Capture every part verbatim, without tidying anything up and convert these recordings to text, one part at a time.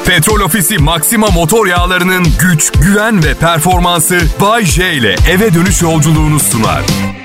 Petrol Ofisi Maxima motor yağlarının güç, güven ve performansı Bay J ile eve dönüş yolculuğunu sunar.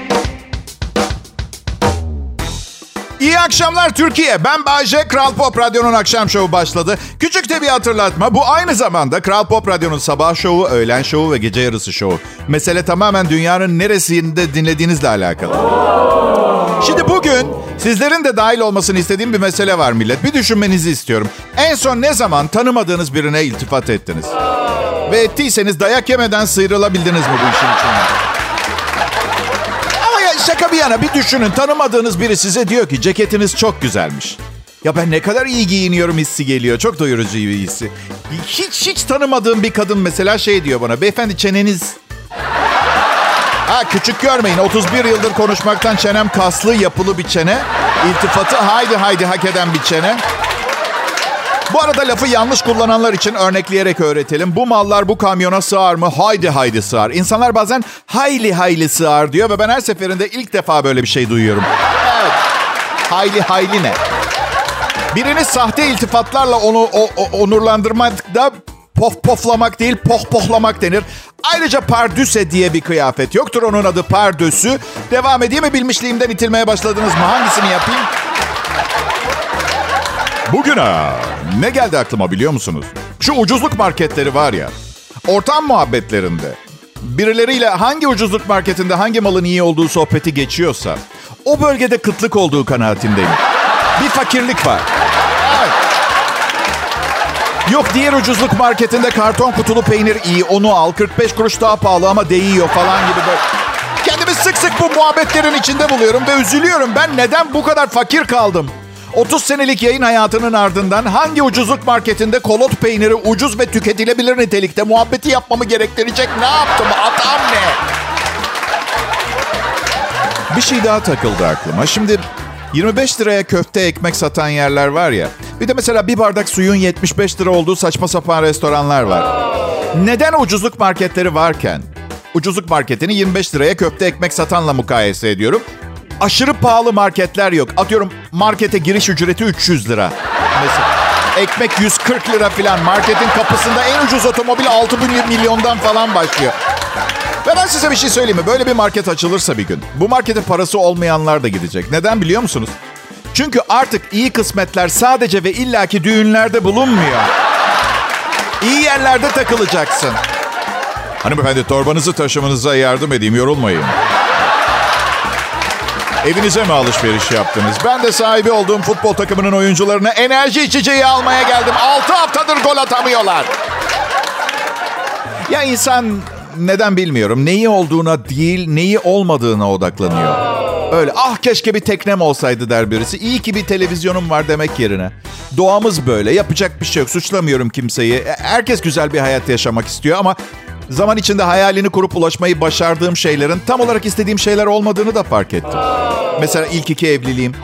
İyi akşamlar Türkiye. Ben Bay J. Kral Pop Radyo'nun akşam şovu başladı. Küçük de bir hatırlatma. Bu aynı zamanda Kral Pop Radyo'nun sabah şovu, öğlen şovu ve gece yarısı şovu. Mesele tamamen dünyanın neresinde dinlediğinizle alakalı. Şimdi bugün sizlerin de dahil olmasını istediğim bir mesele var millet. Bir düşünmenizi istiyorum. En son ne zaman tanımadığınız birine iltifat ettiniz? Ve ettiyseniz dayak yemeden sıyrılabildiniz mi bu işin içinden? Ama ya şaka bir yana bir düşünün. Tanımadığınız biri size diyor ki ceketiniz çok güzelmiş. Ya ben ne kadar iyi giyiniyorum hissi geliyor. Çok doyurucu bir hissi. Hiç hiç tanımadığım bir kadın mesela şey diyor bana. Beyefendi çeneniz... Ha küçük görmeyin. otuz bir yıldır konuşmaktan çenem kaslı, yapılı bir çene. İltifatı haydi haydi hak eden bir çene. Bu arada lafı yanlış kullananlar için örnekleyerek öğretelim. Bu mallar bu kamyona sığar mı? Haydi haydi sığar. İnsanlar bazen hayli hayli sığar diyor ve ben her seferinde ilk defa böyle bir şey duyuyorum. Evet. Hayli hayli ne? Birini sahte iltifatlarla onu o, o, onurlandırmak da pof poflamak değil, poh pohlamak denir. Ayrıca pardüse diye bir kıyafet yoktur. Onun adı pardösü. Devam edeyim mi? Bilmişliğimden itilmeye başladınız mı? Hangisini yapayım? Bugün ha, ne geldi aklıma biliyor musunuz? Şu ucuzluk marketleri var ya. Ortam muhabbetlerinde birileriyle hangi ucuzluk marketinde hangi malın iyi olduğu sohbeti geçiyorsa o bölgede kıtlık olduğu kanaatindeyim. Bir fakirlik var. Evet. Yok diğer ucuzluk marketinde karton kutulu peynir iyi, onu al. kırk beş kuruş daha pahalı ama değiyor falan gibi böyle. Kendimi sık sık bu muhabbetlerin içinde buluyorum ve üzülüyorum. Ben neden bu kadar fakir kaldım? otuz senelik yayın hayatının ardından hangi ucuzluk marketinde kolot peyniri ucuz ve tüketilebilir nitelikte muhabbeti yapmamı gerektirecek ne yaptım? Atam ne? Bir şey daha takıldı aklıma. Şimdi yirmi beş liraya köfte ekmek satan yerler var ya. Bir de mesela bir bardak suyun yetmiş beş lira olduğu saçma sapan restoranlar var. Neden ucuzluk marketleri varken ucuzluk marketini yirmi beş liraya köfte ekmek satanla mukayese ediyorum? Aşırı pahalı marketler yok. Atıyorum markete giriş ücreti üç yüz lira. Mesela ekmek yüz kırk lira falan. Marketin kapısında en ucuz otomobil altı milyondan falan başlıyor. Ve ben size bir şey söyleyeyim mi? Böyle bir market açılırsa bir gün, bu markete parası olmayanlar da gidecek. Neden biliyor musunuz? Çünkü artık iyi kısmetler sadece ve illaki düğünlerde bulunmuyor. İyi yerlerde takılacaksın. Hanımefendi torbanızı taşımanıza yardım edeyim, yorulmayın. Evinize mi alışveriş yaptınız? Ben de sahibi olduğum futbol takımının oyuncularına enerji içeceği almaya geldim. altı haftadır gol atamıyorlar. Ya insan neden bilmiyorum. Neyi olduğuna değil, neyi olmadığına odaklanıyor. Öyle ah keşke bir teknem olsaydı der birisi. İyi ki bir televizyonum var demek yerine. Doğamız böyle. Yapacak bir şey yok. Suçlamıyorum kimseyi. Herkes güzel bir hayat yaşamak istiyor ama zaman içinde hayalini kurup ulaşmayı başardığım şeylerin tam olarak istediğim şeyler olmadığını da fark ettim. Mesela ilk iki evliliğim.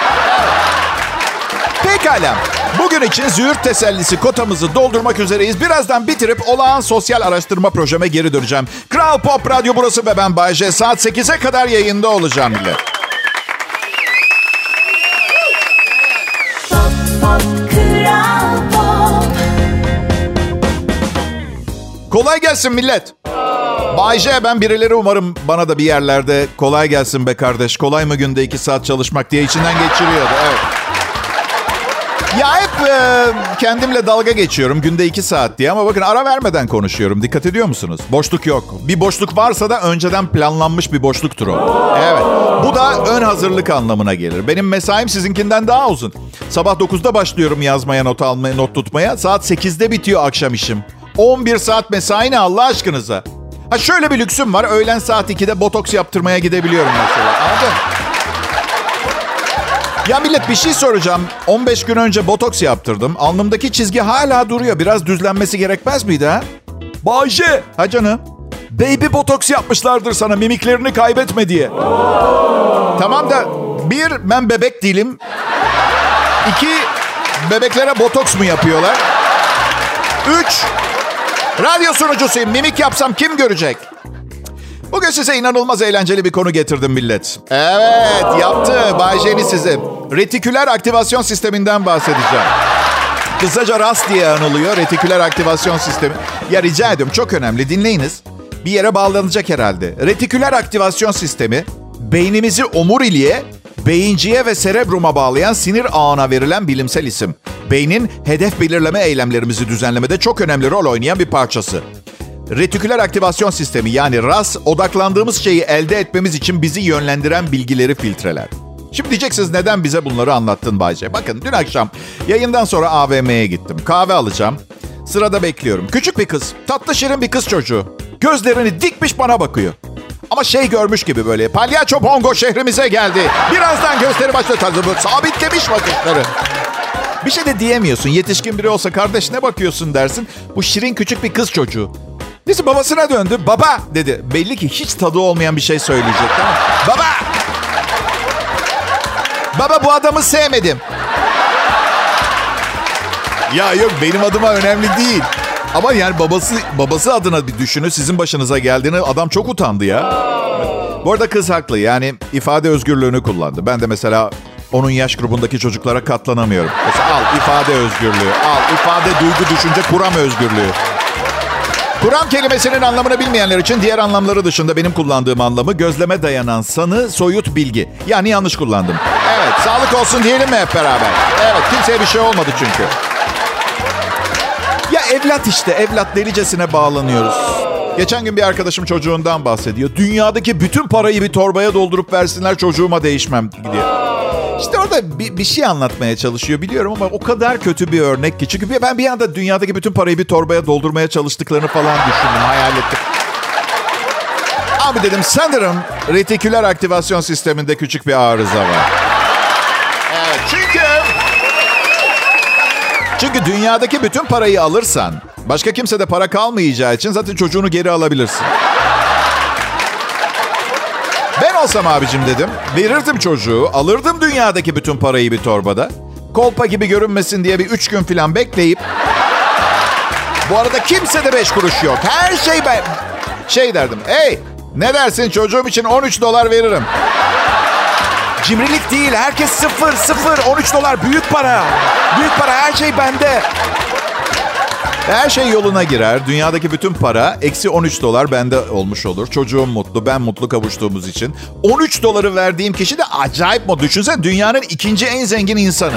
Pekala. Bugün için züğürt tesellisi kotamızı doldurmak üzereyiz. Birazdan bitirip olağan sosyal araştırma projeme geri döneceğim. Kral Pop Radyo burası ve ben Bay J. Saat sekize kadar yayında olacağım millet. Kolay gelsin millet. Bay J, ben birileri umarım bana da bir yerlerde kolay gelsin be kardeş, kolay mı günde iki saat çalışmak diye içinden geçiriyordu. Evet. Ya hep e, kendimle dalga geçiyorum günde iki saat diye ama bakın ara vermeden konuşuyorum. Dikkat ediyor musunuz? Boşluk yok. Bir boşluk varsa da önceden planlanmış bir boşluktur o. Evet. Bu da ön hazırlık anlamına gelir. Benim mesaim sizinkinden daha uzun. Sabah dokuzda başlıyorum yazmaya, not almaya, not tutmaya. Saat sekizde bitiyor akşam işim. on bir saat mesai ne Allah aşkınıza? Ha şöyle bir lüksüm var. Öğlen saat ikide botoks yaptırmaya gidebiliyorum mesela. Anladın? Ya millet bir şey soracağım. on beş gün önce botoks yaptırdım. Alnımdaki çizgi hala duruyor. Biraz düzlenmesi gerekmez miydi ha? Bay J. Ha canım. Baby botoks yapmışlardır sana mimiklerini kaybetme diye. Tamam da bir, ben bebek değilim. İki, bebeklere botoks mu yapıyorlar? Üç, radyo sunucusuyum. Mimik yapsam kim görecek? Bugün size inanılmaz eğlenceli bir konu getirdim millet. Evet, yaptı Bay J'ni size. Retiküler aktivasyon sisteminden bahsedeceğim. Kısaca R A S diye anılıyor. Retiküler aktivasyon sistemi. Ya rica ediyorum, çok önemli, dinleyiniz. Bir yere bağlanacak herhalde. Retiküler aktivasyon sistemi beynimizi omuriliğe, beyinciye ve serebruma bağlayan sinir ağına verilen bilimsel isim. Beynin hedef belirleme eylemlerimizi düzenlemede çok önemli rol oynayan bir parçası. Retiküler aktivasyon sistemi yani R A S, odaklandığımız şeyi elde etmemiz için bizi yönlendiren bilgileri filtreler. Şimdi diyeceksiniz, neden bize bunları anlattın Bayce? Bakın, dün akşam yayından sonra A V M'ye gittim. Kahve alacağım. Sırada bekliyorum. Küçük bir kız, tatlı şirin bir kız çocuğu. Gözlerini dikmiş bana bakıyor. Ama şey görmüş gibi böyle. Palyaço Bongo şehrimize geldi. Birazdan gösteri başladı. Sabitlemiş bakışları. Bir şey de diyemiyorsun. Yetişkin biri olsa kardeş ne bakıyorsun dersin. Bu şirin küçük bir kız çocuğu. Neyse babasına döndü. Baba dedi. Belli ki hiç tadı olmayan bir şey söyleyecek. Tamam. Baba. Baba bu adamı sevmedim. Ya yok, benim adıma önemli değil. Ama yani babası babası adına bir düşünün, sizin başınıza geldiğini, adam çok utandı ya. Bu arada kız haklı, yani ifade özgürlüğünü kullandı. Ben de mesela onun yaş grubundaki çocuklara katlanamıyorum. Mesela al ifade özgürlüğü, al ifade, duygu, düşünce, kuram özgürlüğü. Kuram kelimesinin anlamını bilmeyenler için diğer anlamları dışında benim kullandığım anlamı gözleme dayanan sanı, soyut bilgi. Yani yanlış kullandım. Evet, sağlık olsun diyelim mi hep beraber? Evet, kimseye bir şey olmadı çünkü. Ya evlat işte, evlat, delicesine bağlanıyoruz. Geçen gün bir arkadaşım çocuğundan bahsediyor. Dünyadaki bütün parayı bir torbaya doldurup versinler, çocuğuma değişmem diyor. İşte orada bir, bir şey anlatmaya çalışıyor biliyorum ama o kadar kötü bir örnek ki. Çünkü ben bir anda dünyadaki bütün parayı bir torbaya doldurmaya çalıştıklarını falan düşündüm, hayal ettim. Abi dedim, sanırım retiküler aktivasyon sisteminde küçük bir arıza var. Evet, çünkü... Çünkü dünyadaki bütün parayı alırsan, başka kimsede para kalmayacağı için zaten çocuğunu geri alabilirsin. Ben olsam abicim dedim, verirdim çocuğu, alırdım dünyadaki bütün parayı bir torbada. Kolpa gibi görünmesin diye bir üç gün falan bekleyip... Bu arada kimsede beş kuruş yok. Her şey ben... Şey derdim, hey ne dersin, çocuğum için on üç dolar veririm. Cimrilik değil, herkes sıfır sıfır. on üç dolar büyük para. Büyük para, her şey bende. Her şey yoluna girer. Dünyadaki bütün para eksi on üç dolar bende olmuş olur. Çocuğum mutlu, ben mutlu kavuştuğumuz için. on üç doları verdiğim kişi de acayip mutlu. Düşünsene, dünyanın ikinci en zengin insanı.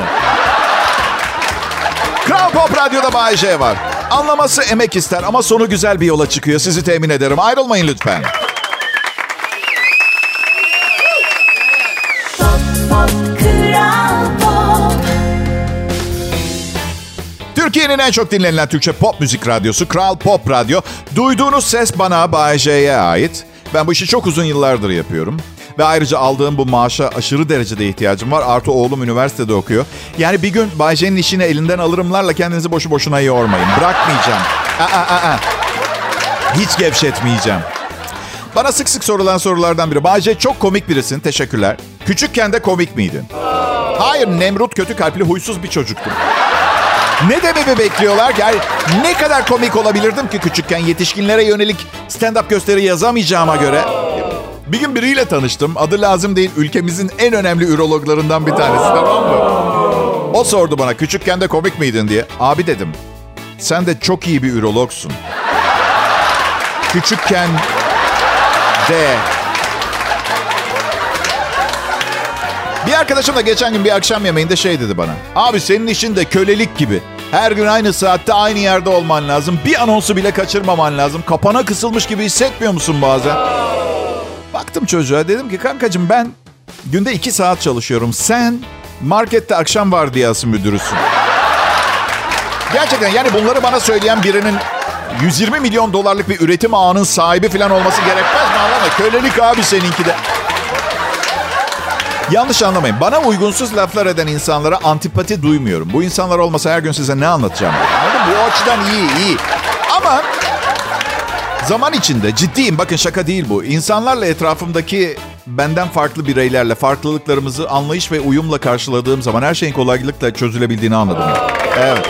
Kral Pop Radyo'da Bay J var. Anlaması emek ister ama sonu güzel bir yola çıkıyor. Sizi temin ederim. Ayrılmayın lütfen. Türkiye'nin en çok dinlenilen Türkçe pop müzik radyosu Kral Pop Radyo. Duyduğunuz ses bana, Bay J'ye ait. Ben bu işi çok uzun yıllardır yapıyorum. Ve ayrıca aldığım bu maaşa aşırı derecede ihtiyacım var. Artı oğlum üniversitede okuyor. Yani bir gün Bay J'nin işini elinden alırımlarla kendinizi boşu boşuna yormayın. Bırakmayacağım. Aa, aa, aa. Hiç gevşetmeyeceğim. Bana sık sık sorulan sorulardan biri. Bay J, çok komik birisin, teşekkürler. Küçükken de komik miydin? Hayır, Nemrut kötü kalpli huysuz bir çocuktum. Ne dememi bekliyorlar? Yani ne kadar komik olabilirdim ki küçükken, yetişkinlere yönelik stand-up gösteri yazamayacağıma göre. Bir gün biriyle tanıştım. Adı lazım değil, ülkemizin en önemli ürologlarından bir tanesi, tamam mı? O sordu bana, küçükken de komik miydin diye. Abi dedim, sen de çok iyi bir ürologsun. Küçükken de... Bir arkadaşım da geçen gün bir akşam yemeğinde şey dedi bana. Abi senin işin de kölelik gibi. Her gün aynı saatte aynı yerde olman lazım. Bir anonsu bile kaçırmaman lazım. Kapana kısılmış gibi hissetmiyor musun bazen? Baktım çocuğa, dedim ki kankacığım, ben günde iki saat çalışıyorum. Sen markette akşam vardiyası müdürüsün. Gerçekten yani bunları bana söyleyen birinin yüz yirmi milyon dolarlık bir üretim ağının sahibi falan olması gerekmez mi? Anlama, kölelik abi seninki de. Yanlış anlamayın. Bana uygunsuz laflar eden insanlara antipati duymuyorum. Bu insanlar olmasa her gün size ne anlatacağım? Anladın mı? Bu açıdan iyi, iyi. Ama zaman içinde, ciddiyim, bakın şaka değil bu. İnsanlarla, etrafımdaki benden farklı bireylerle farklılıklarımızı anlayış ve uyumla karşıladığım zaman her şeyin kolaylıkla çözülebildiğini anladım. Evet.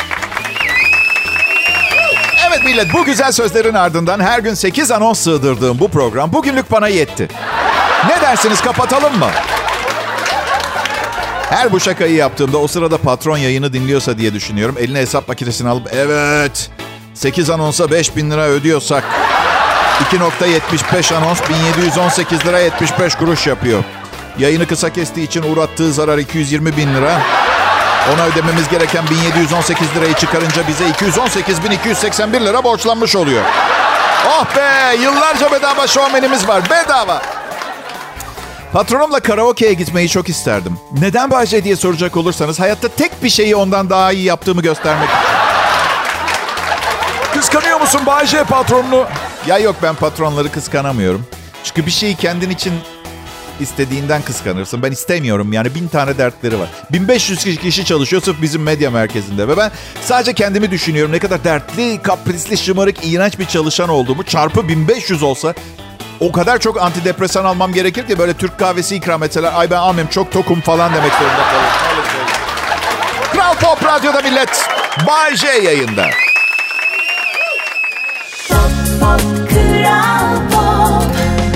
Evet millet, bu güzel sözlerin ardından her gün sekiz anons sığdırdığım bu program bugünlük bana yetti. Ne dersiniz, kapatalım mı? Her bu şakayı yaptığımda o sırada patron yayını dinliyorsa diye düşünüyorum. Eline hesap makinesini alıp evet sekiz anonsa beş bin lira ödüyorsak iki nokta yetmiş beş anons bin yedi yüz on sekiz lira yetmiş beş kuruş yapıyor. Yayını kısa kestiği için uğrattığı zarar iki yüz yirmi bin lira. Ona ödememiz gereken bin yedi yüz on sekiz lirayı çıkarınca bize iki yüz on sekiz bin iki yüz seksen bir lira borçlanmış oluyor. Oh be, yıllarca bedava şovmenimiz var, bedava. Patronumla karaoke'ye gitmeyi çok isterdim. Neden Bahçe diye soracak olursanız hayatta tek bir şeyi ondan daha iyi yaptığımı göstermek için. Kıskanıyor musun Bahçe patronunu? Ya yok, ben patronları kıskanamıyorum. Çünkü bir şeyi kendin için istediğinden kıskanırsın. Ben istemiyorum yani, bin tane dertleri var. bin beş yüz kişi çalışıyor sırf bizim medya merkezinde. Ve ben sadece kendimi düşünüyorum. Ne kadar dertli, kaprisli, şımarık, iğrenç bir çalışan olduğumu. Çarpı bin beş yüz olsa o kadar çok antidepresan almam gerekir ki böyle Türk kahvesi ikram etseler, ay ben almayayım çok tokum falan demek zorunda kalırım. Kral Pop Radyo'da millet. Bay J yayında. Pop, pop, Kral Pop.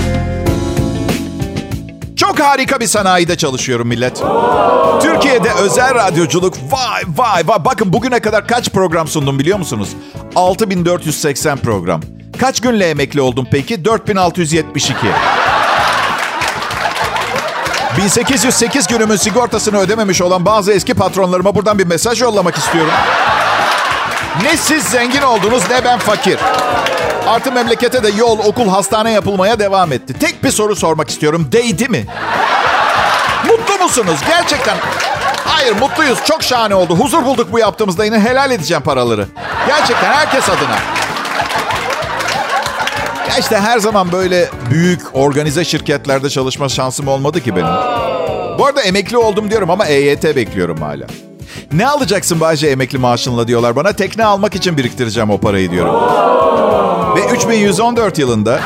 Çok harika bir sanayide çalışıyorum millet. Türkiye'de özel radyoculuk, vay vay vay. Bakın bugüne kadar kaç program sundum biliyor musunuz? altı bin dört yüz seksen program. Kaç günle emekli oldum peki? dört bin altı yüz yetmiş iki. bin sekiz yüz sekiz günümün sigortasını ödememiş olan bazı eski patronlarıma buradan bir mesaj yollamak istiyorum. Ne siz zengin oldunuz ne ben fakir. Artı memlekete de yol, okul, hastane yapılmaya devam etti. Tek bir soru sormak istiyorum. Değdi mi? Mutlu musunuz? Gerçekten. Hayır, mutluyuz. Çok şahane oldu. Huzur bulduk bu yaptığımızda. Yine helal edeceğim paraları. Gerçekten herkes adına. Ya işte her zaman böyle büyük organize şirketlerde çalışma şansım olmadı ki benim. Bu arada emekli oldum diyorum ama E Y T bekliyorum hala. Ne alacaksın Bahçe emekli maaşınla diyorlar bana. Tekne almak için biriktireceğim o parayı diyorum. Ve üç bin yüz on dört yılında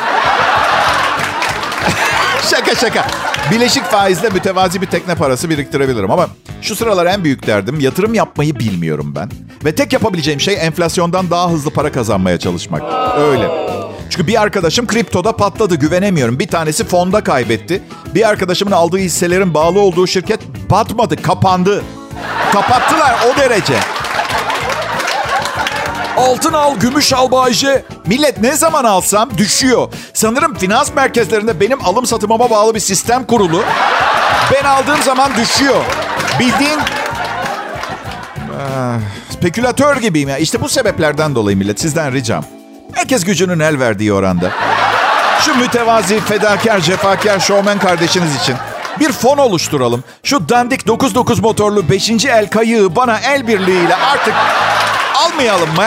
şaka şaka bileşik faizle mütevazi bir tekne parası biriktirebilirim. Ama şu sıralar en büyük derdim yatırım yapmayı bilmiyorum ben. Ve tek yapabileceğim şey enflasyondan daha hızlı para kazanmaya çalışmak. Öyle. Çünkü bir arkadaşım kriptoda patladı, güvenemiyorum. Bir tanesi fonda kaybetti. Bir arkadaşımın aldığı hisselerin bağlı olduğu şirket batmadı, kapandı. Kapattılar o derece. Altın al, gümüş al Bayce. Millet ne zaman alsam düşüyor. Sanırım finans merkezlerinde benim alım satımıma bağlı bir sistem kurulu. Ben aldığım zaman düşüyor. Bildiğin ah, spekülatör gibiyim ya. İşte bu sebeplerden dolayı millet sizden ricam. Herkes gücünün el verdiği oranda. Şu mütevazi, fedakar, cefakar şovmen kardeşiniz için bir fon oluşturalım. Şu dandik dokuz dokuz motorlu beşinci el kayığı bana el birliğiyle artık almayalım mı?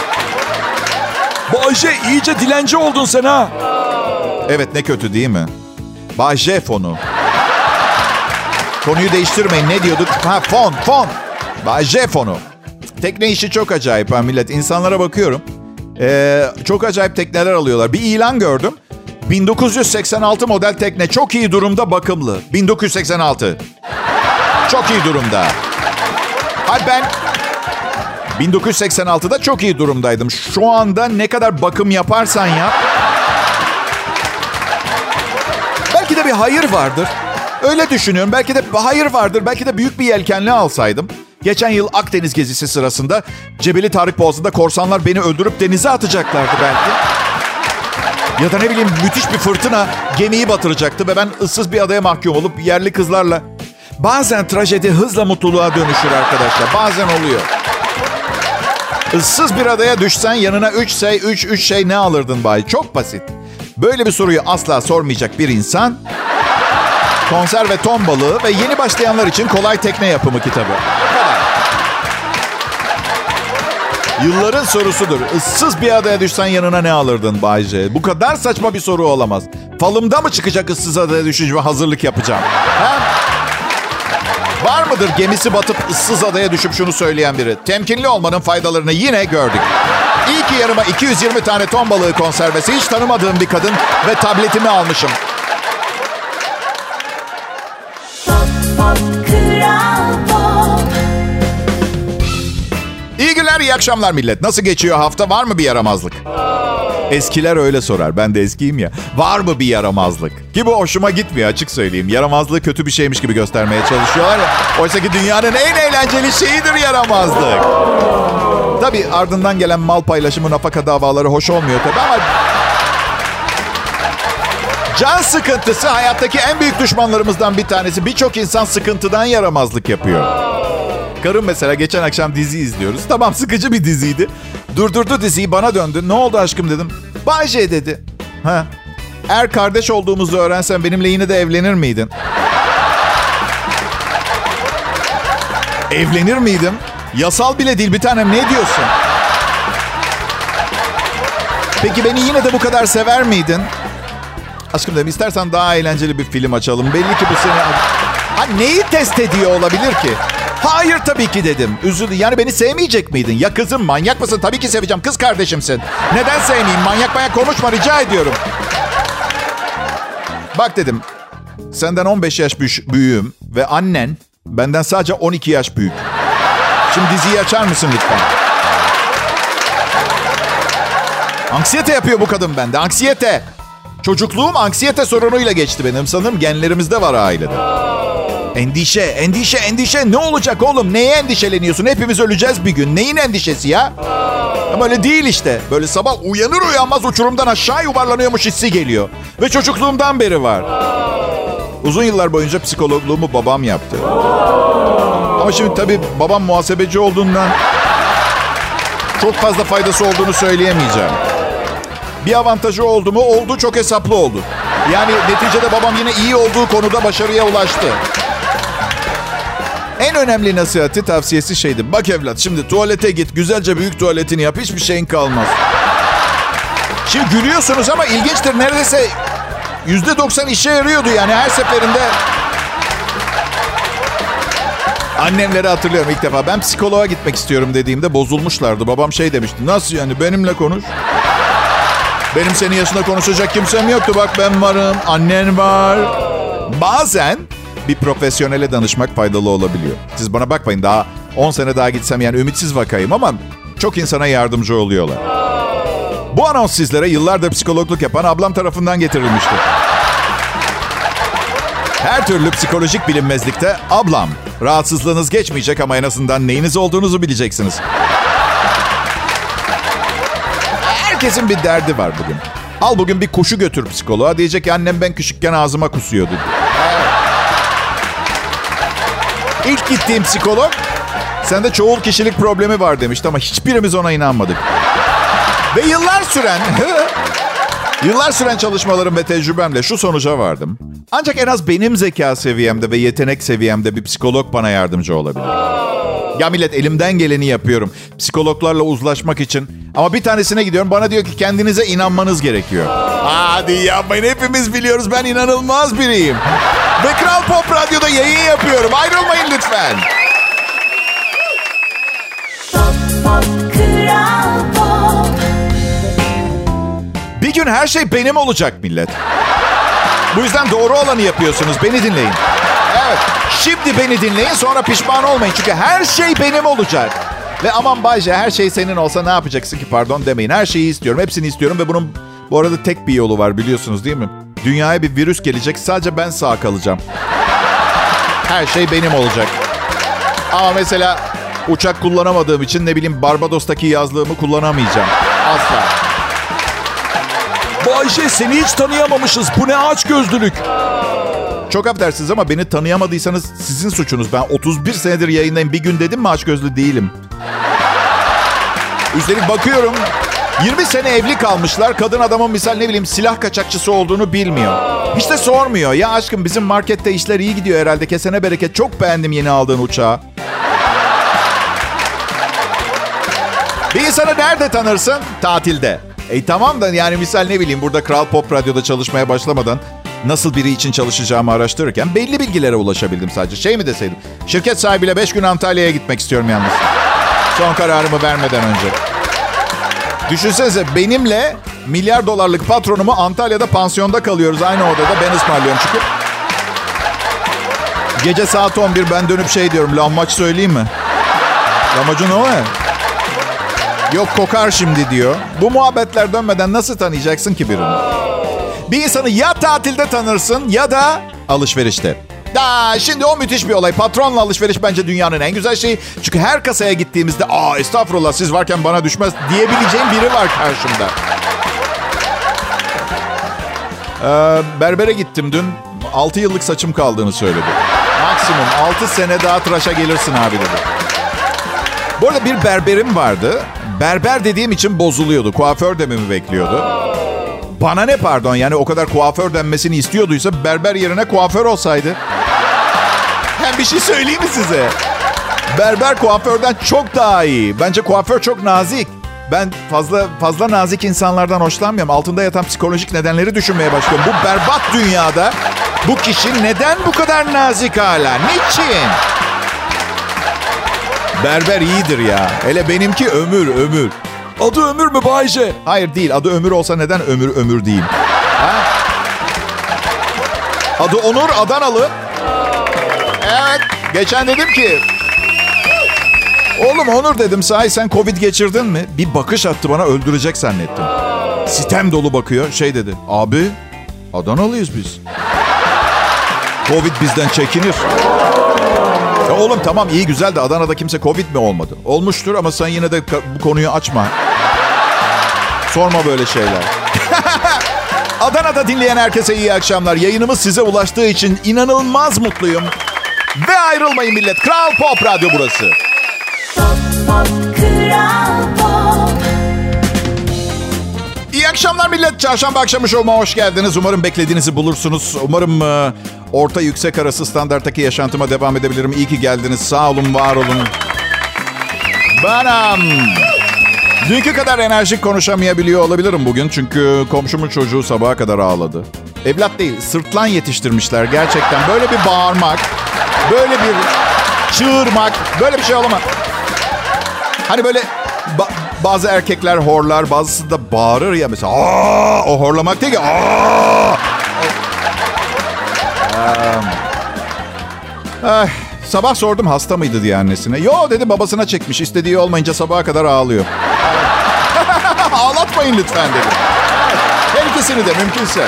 Bahçe iyice dilenci oldun sen ha. Evet, ne kötü değil mi? Bahçe fonu. Konuyu değiştirmeyin, ne diyorduk? Ha fon, fon. Bahçe fonu. Tekne işi çok acayip ha millet. İnsanlara bakıyorum. Ee, çok acayip tekneler alıyorlar. Bir ilan gördüm. bin dokuz yüz seksen altı model tekne, çok iyi durumda, bakımlı. bin dokuz yüz seksen altı. Çok iyi durumda. Hayır, ben bin dokuz yüz seksen altıda çok iyi durumdaydım. Şu anda ne kadar bakım yaparsan yap. Belki de bir hayır vardır. Öyle düşünüyorum. Belki de hayır vardır. Belki de büyük bir yelkenli alsaydım. Geçen yıl Akdeniz gezisi sırasında Cebeli Tarık Boğazı'nda korsanlar beni öldürüp denize atacaklardı belki. Ya da ne bileyim müthiş bir fırtına gemiyi batıracaktı ve ben ıssız bir adaya mahkum olup yerli kızlarla... Bazen trajedi hızla mutluluğa dönüşür arkadaşlar. Bazen oluyor. Issız bir adaya düşsen yanına üç şey, üç, üç şey ne alırdın bay? Çok basit. Böyle bir soruyu asla sormayacak bir insan... Konserve ton balığı ve yeni başlayanlar için kolay tekne yapımı kitabı. Bu kadar. Yılların sorusudur. Issız bir adaya düşsen yanına ne alırdın Bayce? Bu kadar saçma bir soru olamaz. Falımda mı çıkacak ıssız adaya düşünce hazırlık yapacağım? Ha? Var mıdır gemisi batıp ıssız adaya düşüp şunu söyleyen biri? Temkinli olmanın faydalarını yine gördük. İyi ki yanıma iki yüz yirmi tane ton balığı konservesi, hiç tanımadığım bir kadın ve tabletimi almışım. İyi günler, iyi akşamlar millet. Nasıl geçiyor hafta? Var mı bir yaramazlık? Eskiler öyle sorar. Ben de eskiyim ya. Var mı bir yaramazlık? Ki bu hoşuma gitmiyor, açık söyleyeyim. Yaramazlığı kötü bir şeymiş gibi göstermeye çalışıyorlar ya. Oysa ki dünyanın en eğlenceli şeyidir yaramazlık. Tabii ardından gelen mal paylaşımı, nafaka davaları hoş olmuyor tabii ama... Can sıkıntısı hayattaki en büyük düşmanlarımızdan bir tanesi. Birçok insan sıkıntıdan yaramazlık yapıyor. Karım mesela geçen akşam dizi izliyoruz. Tamam, sıkıcı bir diziydi. Durdurdu diziyi, bana döndü. Ne oldu aşkım dedim. Bay J dedi. Ha. Eğer kardeş olduğumuzu öğrensen benimle yine de evlenir miydin? Evlenir miydim? Yasal bile değil bir tanem, ne diyorsun? Peki beni yine de bu kadar sever miydin? Aşkım dedim, istersen daha eğlenceli bir film açalım. Belli ki bu seni... Ha, neyi test ediyor olabilir ki? Hayır tabii ki dedim. Üzüldü. Yani beni sevmeyecek miydin? Ya kızım, manyak mısın? Tabii ki seveceğim. Kız kardeşimsin. Neden sevmeyeyim? Manyak manyak konuşma, rica ediyorum. Bak dedim. Senden on beş yaş büyüğüm ve annen benden sadece on iki yaş büyük. Şimdi diziyi açar mısın lütfen? Anksiyete yapıyor bu kadın bende. Anksiyete. Çocukluğum anksiyete sorunuyla geçti benim. Sanırım genlerimizde var ailede. Endişe, endişe, endişe. Ne olacak oğlum? Neye endişeleniyorsun? Hepimiz öleceğiz bir gün. Neyin endişesi ya? Ama öyle değil işte. Böyle sabah uyanır uyanmaz uçurumdan aşağı yuvarlanıyormuş hissi geliyor. Ve çocukluğumdan beri var. Uzun yıllar boyunca psikologluğumu babam yaptı. Ama şimdi tabii babam muhasebeci olduğundan çok fazla faydası olduğunu söyleyemeyeceğim. Bir avantajı oldu mu? Oldu, çok hesaplı oldu. Yani neticede babam yine iyi olduğu konuda başarıya ulaştı. En önemli nasihati, tavsiyesi şeydi. Bak evlat, şimdi tuvalete git. Güzelce büyük tuvaletini yap. Hiçbir şeyin kalmaz. Şimdi gülüyorsunuz ama ilginçtir. Neredeyse yüzde doksan işe yarıyordu yani her seferinde. Annemleri hatırlıyorum ilk defa. Ben psikoloğa gitmek istiyorum dediğimde bozulmuşlardı. Babam şey demişti. Nasıl yani? Benimle konuş. Benim senin yaşında konuşacak kimsem yoktu. Bak ben varım, annen var. Bazen bir profesyonele danışmak faydalı olabiliyor. Siz bana bakmayın, daha on sene daha gitsem yani ümitsiz vakayım ama çok insana yardımcı oluyorlar. Bu anons sizlere yıllardır psikologluk yapan ablam tarafından getirilmişti. Her türlü psikolojik bilinmezlikte ablam. Rahatsızlığınız geçmeyecek ama en azından neyiniz olduğunuzu bileceksiniz. Herkesin bir derdi var bugün. Al bugün bir kuşu götür psikoloğa. Diyecek ki annem ben küçükken ağzıma kusuyordu. İlk gittiğim psikolog sende çoğul kişilik problemi var demişti ama hiçbirimiz ona inanmadık. Ve yıllar süren yıllar süren çalışmalarım ve tecrübemle şu sonuca vardım. Ancak en az benim zeka seviyemde ve yetenek seviyemde bir psikolog bana yardımcı olabilir. Ya millet, elimden geleni yapıyorum psikologlarla uzlaşmak için. Ama bir tanesine gidiyorum, bana diyor ki kendinize inanmanız gerekiyor. Hadi yapmayın, hepimiz biliyoruz ben inanılmaz biriyim. Ve Kral Pop Radyo'da yayın yapıyorum. Ayrılmayın lütfen. Pop, pop, Kral Pop. Bir gün her şey benim olacak millet. Bu yüzden doğru olanı yapıyorsunuz. Beni dinleyin. Evet, şimdi beni dinleyin, sonra pişman olmayın. Çünkü her şey benim olacak. Ve aman Bayce, her şey senin olsa ne yapacaksın ki pardon demeyin. Her şeyi istiyorum, hepsini istiyorum ve bunun bu arada tek bir yolu var, biliyorsunuz değil mi? Dünyaya bir virüs gelecek, sadece ben sağ kalacağım. Her şey benim olacak. Ama mesela uçak kullanamadığım için ne bileyim Barbados'taki yazlığımı kullanamayacağım. Asla. Bayce, seni hiç tanıyamamışız. Bu ne açgözlülük. Çok affedersiniz ama beni tanıyamadıysanız sizin suçunuz. Ben otuz bir senedir yayındayım. Bir gün dedim mi açgözlü değilim. Üstelik bakıyorum yirmi sene evli kalmışlar. Kadın adamın misal ne bileyim silah kaçakçısı olduğunu bilmiyor. Hiç de sormuyor. Ya aşkım bizim markette işler iyi gidiyor herhalde. Kesene bereket. Çok beğendim yeni aldığın uçağı. Bir insanı nerede tanırsın? Tatilde. E tamam da yani misal ne bileyim burada Kral Pop Radyo'da çalışmaya başlamadan nasıl biri için çalışacağımı araştırırken belli bilgilere ulaşabildim sadece. Şey mi deseydim? Şirket sahibiyle beş gün Antalya'ya gitmek istiyorum yalnız. Son kararımı vermeden önce. Düşünsenize benimle milyar dolarlık patronumu Antalya'da pansiyonda kalıyoruz. Aynı odada ben ısmarlıyorum çünkü. Gece saat on bir ben dönüp şey diyorum. Lahmaç söyleyeyim mi? Lahmacun o mu? Yok kokar şimdi diyor. Bu muhabbetler dönmeden nasıl tanıyacaksın ki birini? Bir insanı ya tatilde tanırsın ya da alışverişte. Da şimdi o müthiş bir olay. Patronla alışveriş bence dünyanın en güzel şeyi. Çünkü her kasaya gittiğimizde aa estağfurullah siz varken bana düşmez diyebileceğim biri var karşımda. Ee, berbere gittim dün. altı yıllık saçım kaldığını söyledi. Maksimum altı sene daha tıraşa gelirsin abi dedi. Bu arada bir berberim vardı. Berber dediğim için bozuluyordu. Kuaför dememi bekliyordu. Bana ne pardon yani o kadar kuaför denmesini istiyorduysa berber yerine kuaför olsaydı. Hem bir şey söyleyeyim mi size? Berber kuaförden çok daha iyi. Bence kuaför çok nazik. Ben fazla fazla nazik insanlardan hoşlanmıyorum. Altında yatan psikolojik nedenleri düşünmeye başlıyorum. Bu berbat dünyada bu kişi neden bu kadar nazik hala? Niçin? Berber iyidir ya. Hele benimki ömür ömür. Adı Ömür mü Bayce? Hayır değil. Adı Ömür olsa neden Ömür Ömür değil? Ha? Adı Onur Adanalı. Evet. Geçen dedim ki... Oğlum Onur dedim sahi sen Covid geçirdin mi? Bir bakış attı bana öldürecek zannettim. Sitem dolu bakıyor. Şey dedi. Abi Adanalıyız biz. Covid bizden çekinir. Ya oğlum tamam iyi güzel de Adana'da kimse Covid mi olmadı? Olmuştur ama sen yine de bu konuyu açma. Sorma böyle şeyler. Adana'da dinleyen herkese iyi akşamlar. Yayınımız size ulaştığı için inanılmaz mutluyum. Ve ayrılmayın millet. Kral Pop Radyo burası. Pop, pop, Kral Pop. İyi akşamlar millet. Çarşamba akşamı şovuma hoş geldiniz. Umarım beklediğinizi bulursunuz. Umarım e, orta yüksek arası standarttaki yaşantıma devam edebilirim. İyi ki geldiniz. Sağ olun, var olun. Benam. Dünkü kadar enerjik konuşamayabiliyor olabilirim bugün. Çünkü komşumun çocuğu sabaha kadar ağladı. Evlat değil, sırtlan yetiştirmişler gerçekten. Böyle bir bağırmak, böyle bir çığırmak, böyle bir şey olamaz. Hani böyle ba- bazı erkekler horlar, bazısı da bağırır ya mesela. Aa, o horlamak değil ki. Aa! Ay, sabah sordum hasta mıydı diye annesine. Yo dedi babasına çekmiş. İstediği olmayınca sabaha kadar ağlıyor. Ağlatmayın lütfen dedi. Her ikisini de mümkünse.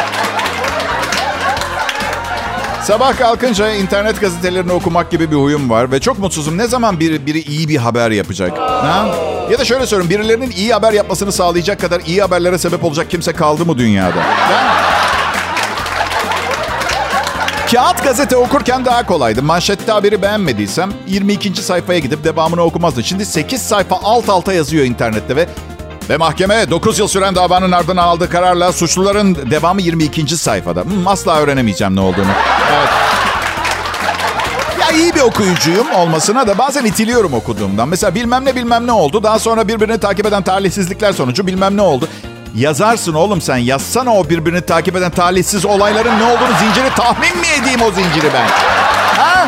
Sabah kalkınca internet gazetelerini okumak gibi bir huyum var. Ve çok mutsuzum. Ne zaman biri, biri iyi bir haber yapacak? Ha? Ya da şöyle söyleyeyim. Birilerinin iyi haber yapmasını sağlayacak kadar iyi haberlere sebep olacak kimse kaldı mı dünyada? Ha? Kağıt gazete okurken daha kolaydı. Manşette haberi beğenmediysem yirmi ikinci sayfaya gidip devamını okumazdım. Şimdi sekiz sayfa alt alta yazıyor internette ve ve mahkeme dokuz yıl süren davanın ardından aldığı kararla suçluların devamı yirmi ikinci sayfada. Hmm, asla öğrenemeyeceğim ne olduğunu. Evet. Ya iyi bir okuyucuyum olmasına da bazen itiliyorum okuduğumdan. Mesela bilmem ne bilmem ne oldu. Daha sonra birbirini takip eden talihsizlikler sonucu bilmem ne oldu. Yazarsın oğlum sen. Yazsana o birbirini takip eden talihsiz olayların ne olduğunu, zinciri tahmin mi edeyim o zinciri ben? Ha?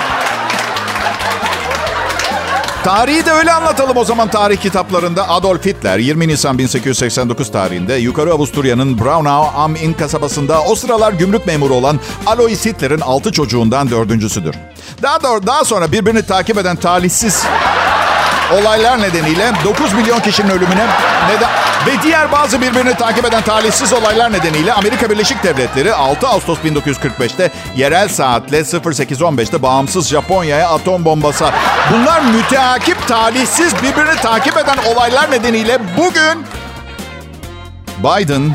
Tarihi de öyle anlatalım o zaman tarih kitaplarında. Adolf Hitler yirmi Nisan bin sekiz yüz seksen dokuz tarihinde yukarı Avusturya'nın Braunau am Inn kasabasında o sıralar gümrük memuru olan Alois Hitler'in altı çocuğundan dördüncüsüdür. Daha doğru, daha sonra birbirini takip eden talihsiz olaylar nedeniyle dokuz milyon kişinin ölümüne neden ve diğer bazı birbirini takip eden talihsiz olaylar nedeniyle Amerika Birleşik Devletleri altı Ağustos bin dokuz yüz kırk beşte yerel saatle sıfır sekiz on beşte bağımsız Japonya'ya atom bombası. Bunlar müteakip, talihsiz, birbirini takip eden olaylar nedeniyle bugün Biden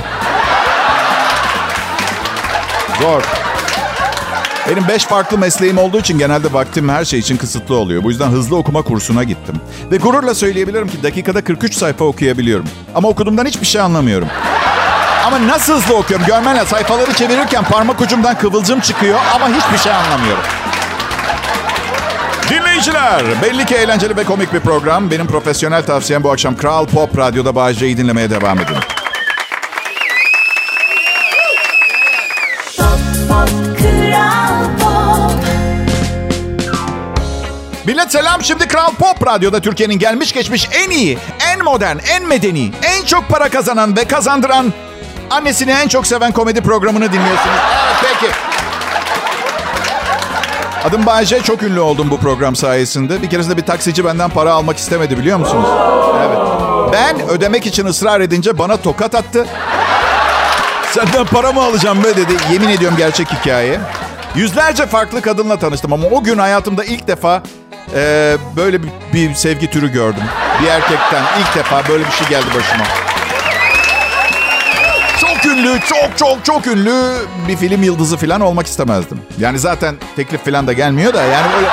zor. Benim beş farklı mesleğim olduğu için genelde vaktim her şey için kısıtlı oluyor. Bu yüzden hızlı okuma kursuna gittim. Ve gururla söyleyebilirim ki dakikada kırk üç sayfa okuyabiliyorum. Ama okuduğumdan hiçbir şey anlamıyorum. Ama nasıl hızlı okuyorum? Görmenle sayfaları çevirirken parmak ucumdan kıvılcım çıkıyor ama hiçbir şey anlamıyorum. Dinleyiciler, belli ki eğlenceli ve komik bir program. Benim profesyonel tavsiyem bu akşam Kral Pop Radyo'da Bay J'yi dinlemeye devam edin. Millet selam, şimdi Kral Pop Radyo'da Türkiye'nin gelmiş geçmiş en iyi, en modern, en medeni, en çok para kazanan ve kazandıran, annesini en çok seven komedi programını dinliyorsunuz. Evet peki. Adım Bay J, çok ünlü oldum bu program sayesinde. Bir keresinde bir taksici benden para almak istemedi biliyor musunuz? Evet. Ben ödemek için ısrar edince bana tokat attı. Senden para mı alacağım be dedi. Yemin ediyorum gerçek hikaye. Yüzlerce farklı kadınla tanıştım ama o gün hayatımda ilk defa e, böyle bir, bir sevgi türü gördüm. Bir erkekten ilk defa böyle bir şey geldi başıma. Çok ünlü, çok çok çok ünlü bir film yıldızı falan olmak istemezdim. Yani zaten teklif falan da gelmiyor da yani böyle...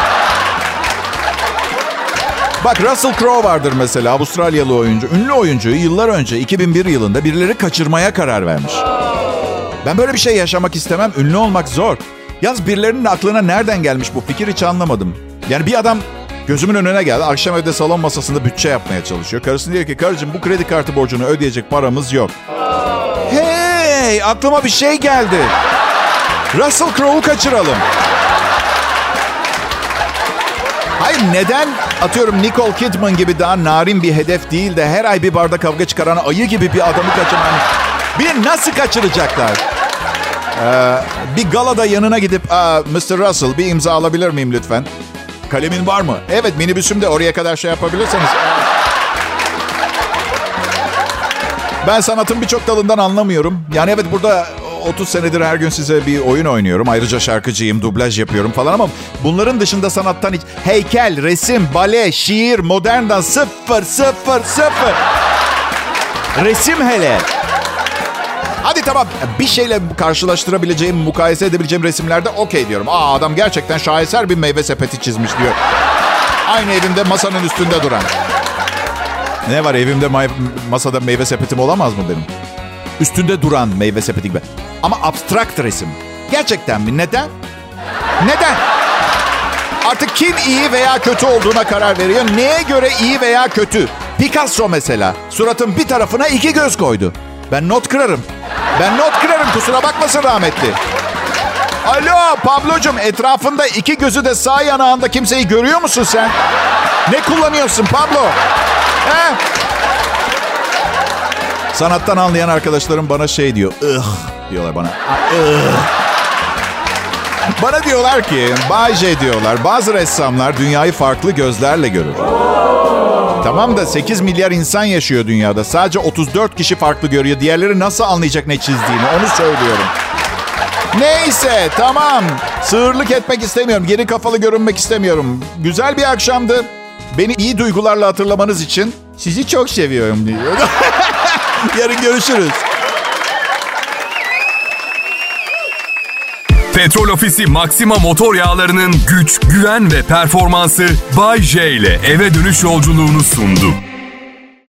Bak Russell Crowe vardır mesela, Avustralyalı oyuncu. Ünlü oyuncuyu yıllar önce iki bin bir yılında birileri kaçırmaya karar vermiş. Ben böyle bir şey yaşamak istemem. Ünlü olmak zor. Yalnız birilerinin aklına nereden gelmiş bu fikir hiç anlamadım. Yani bir adam gözümün önüne geldi. Akşam evde salon masasında bütçe yapmaya çalışıyor. Karısı diyor ki karıcığım bu kredi kartı borcunu ödeyecek paramız yok. Hey, aklıma bir şey geldi. Russell Crowe'u kaçıralım. Hayır, neden atıyorum Nicole Kidman gibi daha narin bir hedef değil de her ay bir barda kavga çıkaran ayı gibi bir adamı kaçırman... Bir nasıl kaçıracaklar? Ee, bir galada yanına gidip mister Russell bir imza alabilir miyim lütfen? Kalemin var mı? Evet, minibüsümde, oraya kadar şey yapabilirseniz. Ben sanatın birçok dalından anlamıyorum. Yani evet, burada otuz senedir her gün size bir oyun oynuyorum. Ayrıca şarkıcıyım, dublaj yapıyorum falan ama bunların dışında sanattan hiç heykel, resim, bale, şiir, moderndan sıfır, sıfır, sıfır. Resim hele. Hadi tamam, bir şeyle karşılaştırabileceğim, mukayese edebileceğim resimlerde okey diyorum. Aa, adam gerçekten şaheser bir meyve sepeti çizmiş diyor. Aynı evimde masanın üstünde duran. Ne var, evimde may- masada meyve sepetim olamaz mı benim? Üstünde duran meyve sepeti gibi. Ama abstrakt resim. Gerçekten mi? Neden? Neden? Artık kim iyi veya kötü olduğuna karar veriyor. Neye göre iyi veya kötü? Picasso mesela. Suratın bir tarafına iki göz koydu. Ben not kırarım. Ben not kırarım, kusura bakmasın rahmetli. Alo Pablocuğum, etrafında iki gözü de sağ yanağında kimseyi görüyor musun sen? Ne kullanıyorsun Pablo? He? Sanattan anlayan arkadaşlarım bana şey diyor. Ih diyorlar bana. Ih. Bana diyorlar ki, Bay J diyorlar, bazı ressamlar dünyayı farklı gözlerle görür. Tamam da sekiz milyar insan yaşıyor dünyada. Sadece otuz dört kişi farklı görüyor. Diğerleri nasıl anlayacak ne çizdiğini, onu söylüyorum. Neyse, tamam. Sığırlık etmek istemiyorum. Geri kafalı görünmek istemiyorum. Güzel bir akşamdı. Beni iyi duygularla hatırlamanız için sizi çok seviyorum diyor. Yarın görüşürüz. Petrol Ofisi Maxima motor yağlarının güç, güven ve performansı Bay J ile eve dönüş yolculuğunu sundu.